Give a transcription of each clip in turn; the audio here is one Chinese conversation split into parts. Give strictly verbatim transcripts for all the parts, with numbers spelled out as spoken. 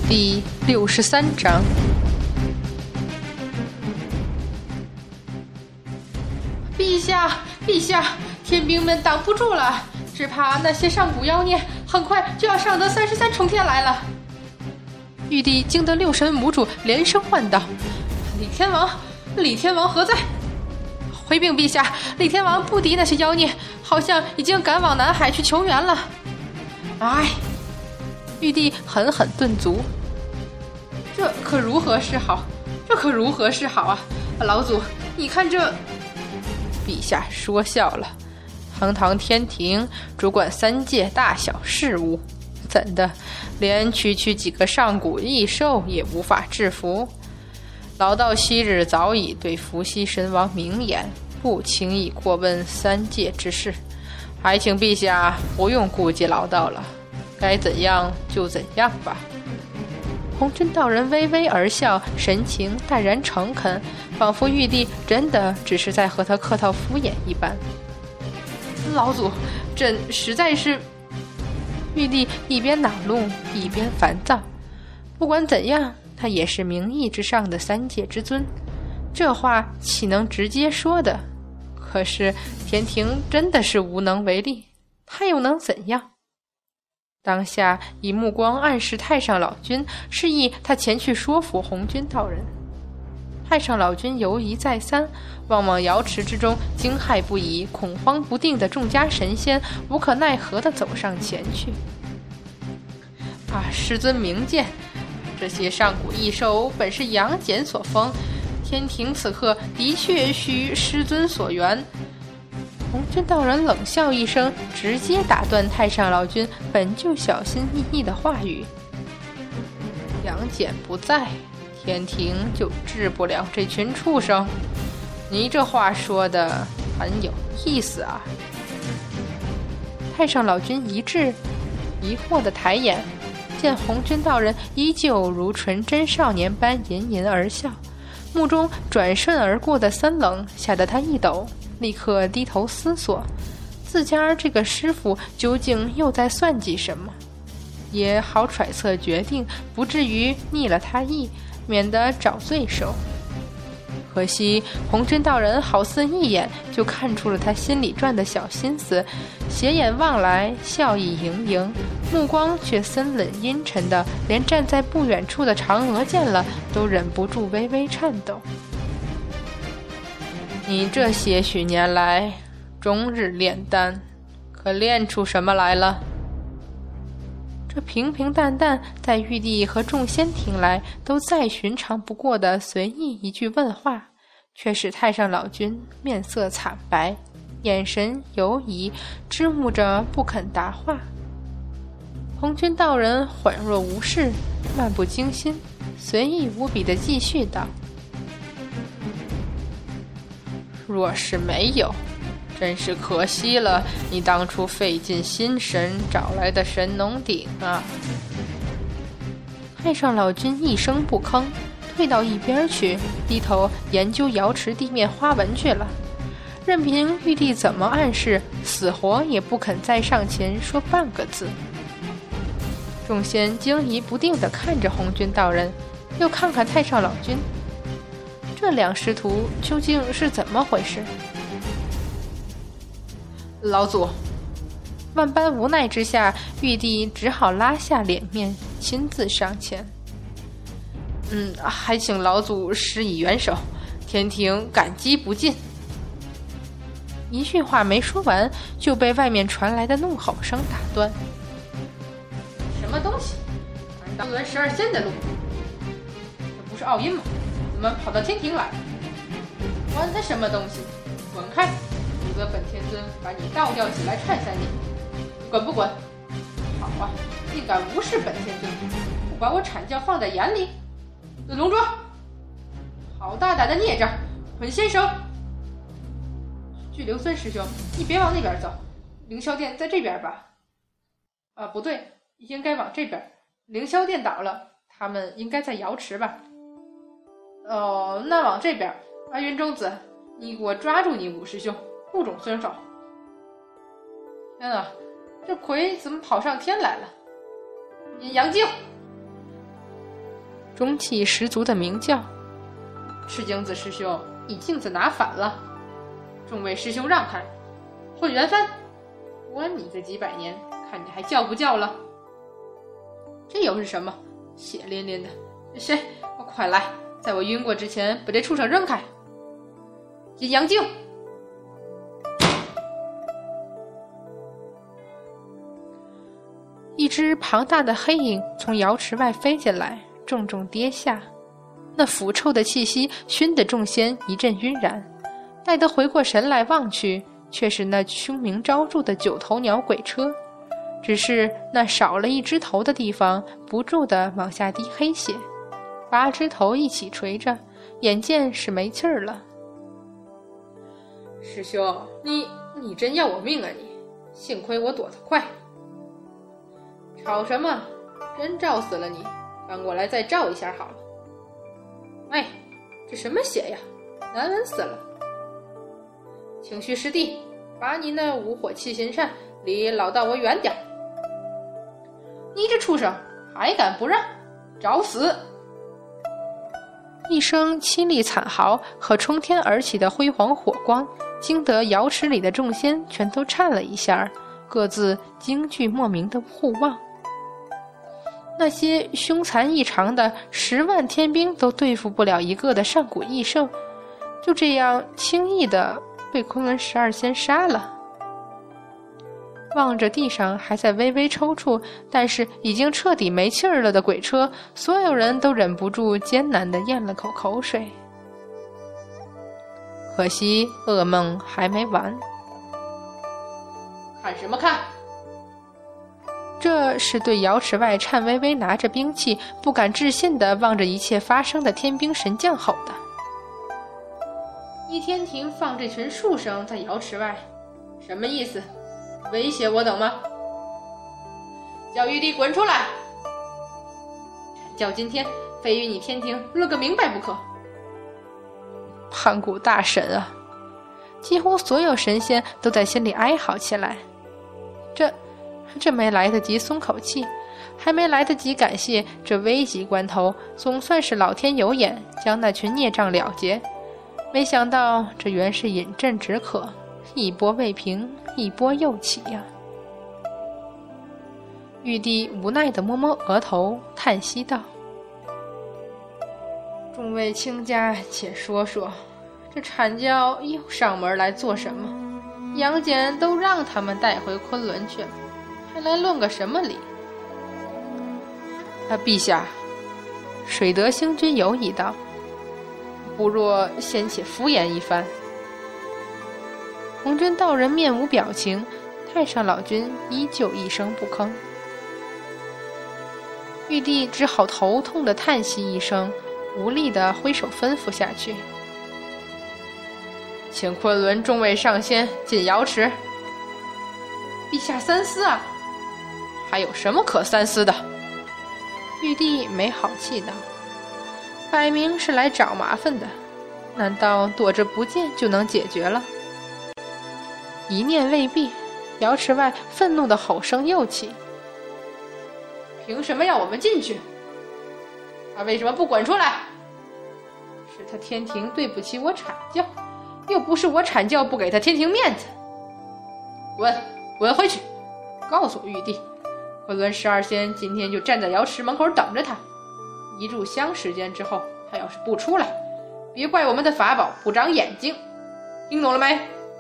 第六十三章。 陛下，陛下，天兵们挡不住了，只怕那些上古妖孽很快就要上得三十三重天来了。 玉帝惊得六神母主连声唤道：“ 李天王，李天王何在？” 回禀陛下，李天王不敌那些妖孽，好像已经赶往南海去求援了。 哎， 玉帝狠狠顿足， 这可如何是好？这可如何是好啊！老祖，你看这…… 陛下说笑了，堂堂天庭主管三界大小事务，怎的连区区几个上古异兽也无法制服？老道昔日早已对伏羲神王明言，不轻易过问三界之事，还请陛下不用顾及老道了，该怎样就怎样吧。红军道人微微而笑，神情淡然诚恳，仿佛玉帝真的只是在和他客套敷衍一般。 老祖，朕实在是…… 玉帝一边恼怒一边烦躁，不管怎样，他也是名义之上的三界之尊，这话岂能直接说的？可是天庭真的是无能为力，他又能怎样？当下以目光暗示太上老君，示意他前去说服红军道人。太上老君犹疑再三，望望瑶池之中惊骇不已、恐慌不定的众家神仙，无可奈何地走上前去。啊，师尊明鉴，这些上古异兽本是阳间所封，天庭此刻的确需师尊所缘。红军道人冷笑一声，直接打断太上老君本就小心翼翼的话语：阳间不在，天庭就治不了这群畜生。你这话说的很有意思啊。太上老君一滞，疑惑的抬眼，见红军道人依旧如纯真少年般吟吟而笑，目中转瞬而过的森冷吓得他一抖，立刻低头思索，自家这个师傅究竟又在算计什么，也好揣测决定，不至于逆了他意，免得找罪受。可惜红军道人好似一眼就看出了他心里转的小心思，斜眼望来，笑意盈盈，目光却森冷阴沉的，连站在不远处的嫦娥见了都忍不住微微颤抖。你这些许年来终日炼丹，可炼出什么来了？这平平淡淡，在玉帝和众仙听来都再寻常不过的随意一句问话，却使太上老君面色惨白，眼神犹疑，支吾着不肯答话。红军道人恍若无事，漫不经心，随意无比地继续道：若是没有，真是可惜了你当初费尽心神找来的神农鼎啊！太上老君一声不吭，退到一边去，低头研究瑶池地面花纹去了。任凭玉帝怎么暗示，死活也不肯再上前说半个字。众仙惊疑不定地看着红军道人，又看看太上老君，这两师徒究竟是怎么回事？ 老祖， 万般无奈之下，玉帝只好拉下脸面，亲自上前。 嗯，还请老祖施以援手，天庭感激不尽。 一句话没说完，就被外面传来的怒吼声打断。 什么东西？按照元十二仙的路，这不是奥音吗？怎么跑到天庭来了？管他什么东西，滚开！否则本天尊把你倒吊起来踹三年，滚不滚？好啊，竟敢无视本天尊，不把我阐教放在眼里！龙珠，好大胆的孽障，捆先手！巨流孙师兄，你别往那边走，凌霄殿在这边吧？啊，不对，应该往这边。凌霄殿倒了，他们应该在瑶池吧？哦，那往这边。啊，云中子，你给我抓住你五师兄，不准松手！天啊，这魁怎么跑上天来了？杨静， 中气十足的鸣叫：“ 赤精子师兄，你镜子拿反了！众位师兄让开！混元幡，关你个几百年，看你还叫不叫了？这又是什么？血淋淋的！谁？快来，在我晕过之前把这畜生扔开！阴阳镜！” 一只庞大的黑影从瑶池外飞进来，重重跌下。那腐臭的气息熏得众仙一阵晕然，待得回过神来望去，却是那凶名昭著的九头鸟鬼车，只是那少了一只头的地方不住地往下滴黑血，八只头一起垂着，眼见是没气儿了。 师兄，你你真要我命啊你！幸亏我躲得快。吵什么？真照死了你！翻过来再照一下好了。哎，这什么血呀？难闻死了！请须师弟，把你那五火七心扇离老道我远点。你这畜生，还敢不让？找死！ 一声凄厉惨嚎和冲天而起的辉煌火光，惊得瑶池里的众仙全都颤了一下，各自惊惧莫名的互望。那些凶残异常的十万天兵都对付不了一个的上古异兽，就这样轻易的被昆仑十二仙杀了。望着地上还在微微抽搐，但是已经彻底没气儿了的鬼车，所有人都忍不住艰难地咽了口口水。可惜噩梦还没完。 看什么看？ 这是对瑶池外颤巍巍拿着兵器，不敢置信地望着一切发生的天兵神将吼的。 一天庭放这群畜生在瑶池外，什么意思？威胁我等吗？叫玉帝滚出来！阐教今天非与你天庭论个明白不可。 盘古大神啊！几乎所有神仙都在心里哀嚎起来。这这没来得及松口气，还没来得及感谢这危急关头总算是老天有眼，将那群孽障了结，没想到这原是饮鸩止渴，一波未平一波又起呀、啊！玉帝无奈地摸摸额头，叹息道：“ 众位卿家且说说，这阐教又上门来做什么？杨戬都让他们带回昆仑去了，还来论个什么理？” 啊，陛下，水德星君犹疑道：“ 不若先且敷衍一番。” 红军道人面无表情，太上老君依旧一声不吭。玉帝只好头痛地叹息一声，无力地挥手吩咐下去：“ 请昆仑众位上仙进瑶池。”陛下三思啊！还有什么可三思的？ 玉帝没好气道：“摆明是来找麻烦的，难道躲着不见就能解决了？”一念未毕，瑶池外愤怒的吼声又起：“ 凭什么要我们进去？他为什么不滚出来？是他天庭对不起我阐教，又不是我阐教不给他天庭面子。滚，滚回去！告诉我玉帝，昆仑十二仙今天就站在瑶池门口等着他，一炷香时间之后，他要是不出来，别怪我们的法宝不长眼睛，听懂了没？”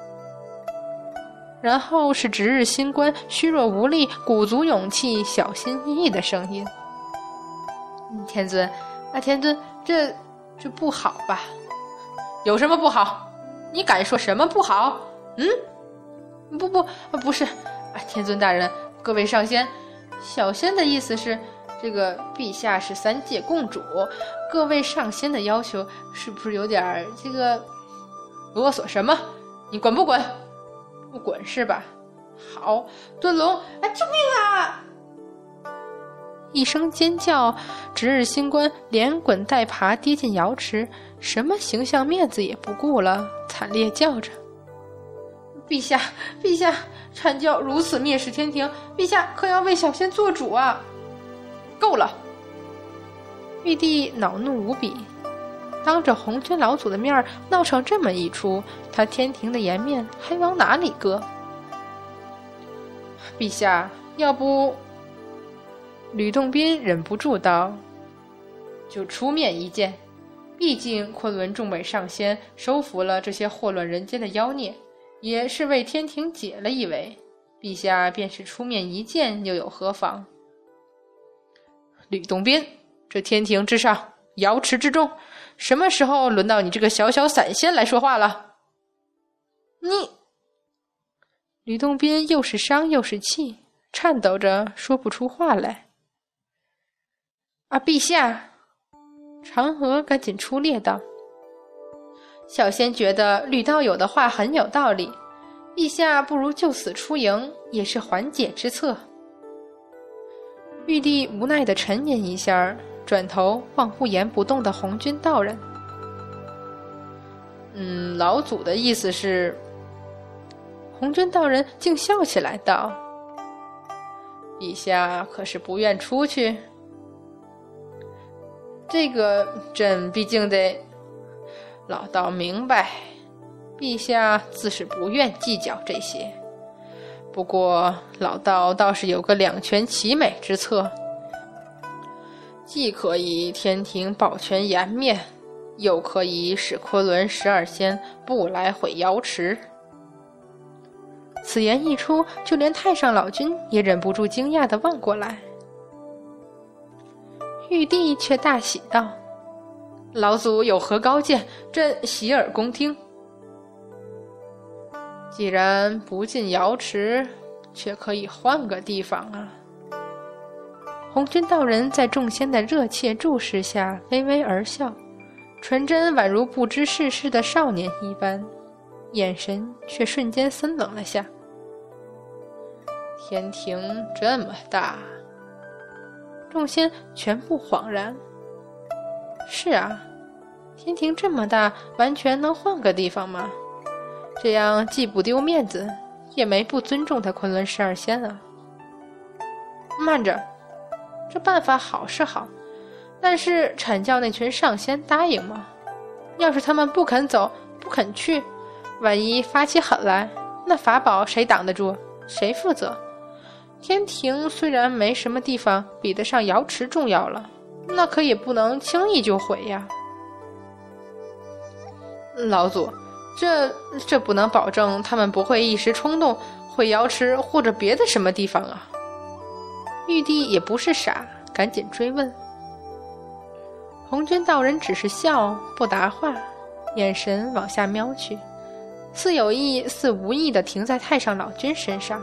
然后是值日新官虚弱无力、鼓足勇气、小心翼翼的声音：“ 天尊，啊天尊，这这不好吧？有什么不好？你敢说什么不好？嗯，不不不是，啊天尊大人，各位上仙，小仙的意思是，这个陛下是三界共主，各位上仙的要求是不是有点这个啰嗦？什么？你滚不滚？不滚是吧？好，蹲龙，哎，救命啊！” 一声尖叫，值日新官连滚带爬跌进瑶池，什么形象面子也不顾了，惨烈叫着：“ 陛下，陛下，阐教如此蔑视天庭，陛下可要为小仙做主啊！”够了！ 玉帝恼怒无比，当着红军老祖的面闹成这么一出，他天庭的颜面还往哪里搁？陛下，要不……吕洞宾忍不住道：“就出面一见，毕竟昆仑众位上仙收服了这些祸乱人间的妖孽，也是为天庭解了一围。陛下便是出面一见，又有何妨？”吕洞宾，这天庭之上，瑶池之中，什么时候轮到你这个小小散仙来说话了？你……吕洞宾又是伤又是气，颤抖着说不出话来。啊，陛下！嫦娥赶紧出列道：“小仙觉得吕道友的话很有道理，陛下不如就此出营，也是缓解之策。”玉帝无奈地沉吟一下，转头望不言不动的红军道人：“嗯，老祖的意思是……”红军道人竟笑起来道：“陛下可是不愿出去？这个朕毕竟得……老道明白，陛下自是不愿计较这些。不过老道倒是有个两全其美之策，既可以天庭保全颜面，又可以使昆仑十二仙不来毁瑶池。”此言一出，就连太上老君也忍不住惊讶地望过来。玉帝却大喜道：“老祖有何高见，朕洗耳恭听。”既然不进瑶池，却可以换个地方啊。红军道人在众仙的热切注视下微微而笑，纯真宛如不知世事的少年一般，眼神却瞬间森冷了下。天庭这么大，众仙全部恍然。是啊，天庭这么大，完全能换个地方吗？这样既不丢面子，也没不尊重他昆仑十二仙啊。慢着，这办法好是好，但是阐教那群上仙答应吗？要是他们不肯走，不肯去，万一发起狠来，那法宝谁挡得住？谁负责？天庭虽然没什么地方比得上瑶池重要了，那可也不能轻易就毁呀。老祖，这这不能保证他们不会一时冲动毁瑶池或者别的什么地方啊。玉帝也不是傻，赶紧追问。红军道人只是笑不答话，眼神往下瞄去，似有意似无意地停在太上老君身上。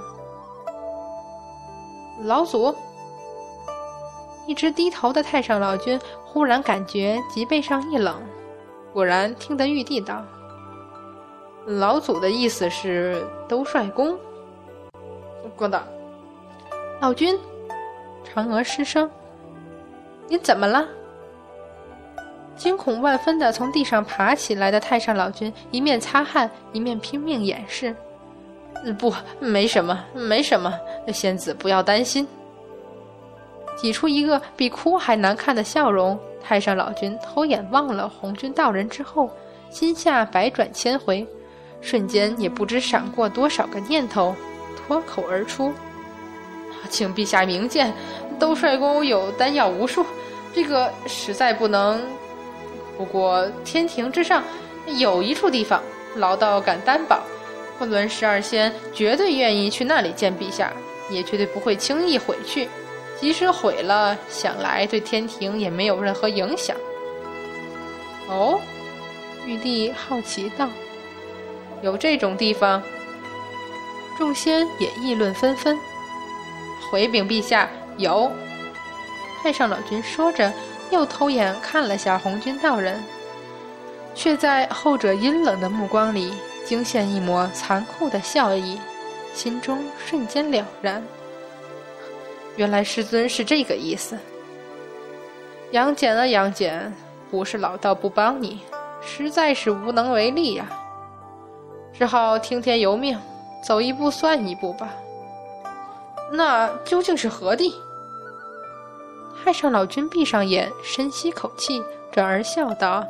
老祖，一直低头的太上老君忽然感觉脊背上一冷，果然听得玉帝道：“老祖的意思是兜率宫。”咣当！老君，嫦娥失声：“你怎么了？”惊恐万分地从地上爬起来的太上老君一面擦汗，一面拼命掩饰：“不，没什么，没什么，仙子不要担心。”挤出一个比哭还难看的笑容，太上老君偷眼望了红军道人之后，心下百转千回，瞬间也不知闪过多少个念头，脱口而出：“请陛下明鉴，兜率宫有丹药无数，这个实在不能。不过天庭之上有一处地方，老道敢担保，昆仑十二仙绝对愿意去那里见陛下，也绝对不会轻易毁去。即使毁了，想来对天庭也没有任何影响。”哦，玉帝好奇道：“有这种地方？”众仙也议论纷纷。回禀陛下，有。太上老君说着，又偷眼看了下红军道人，却在后者阴冷的目光里惊现一抹残酷的笑意，心中瞬间了然。原来师尊是这个意思。杨戬啊杨戬，不是老道不帮你，实在是无能为力呀、啊，只好听天由命，走一步算一步吧。那究竟是何地？ 太上老君闭上眼，深吸口气，转而笑道：“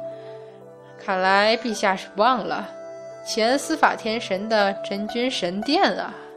看来陛下是忘了前司法天神的真君神殿了。”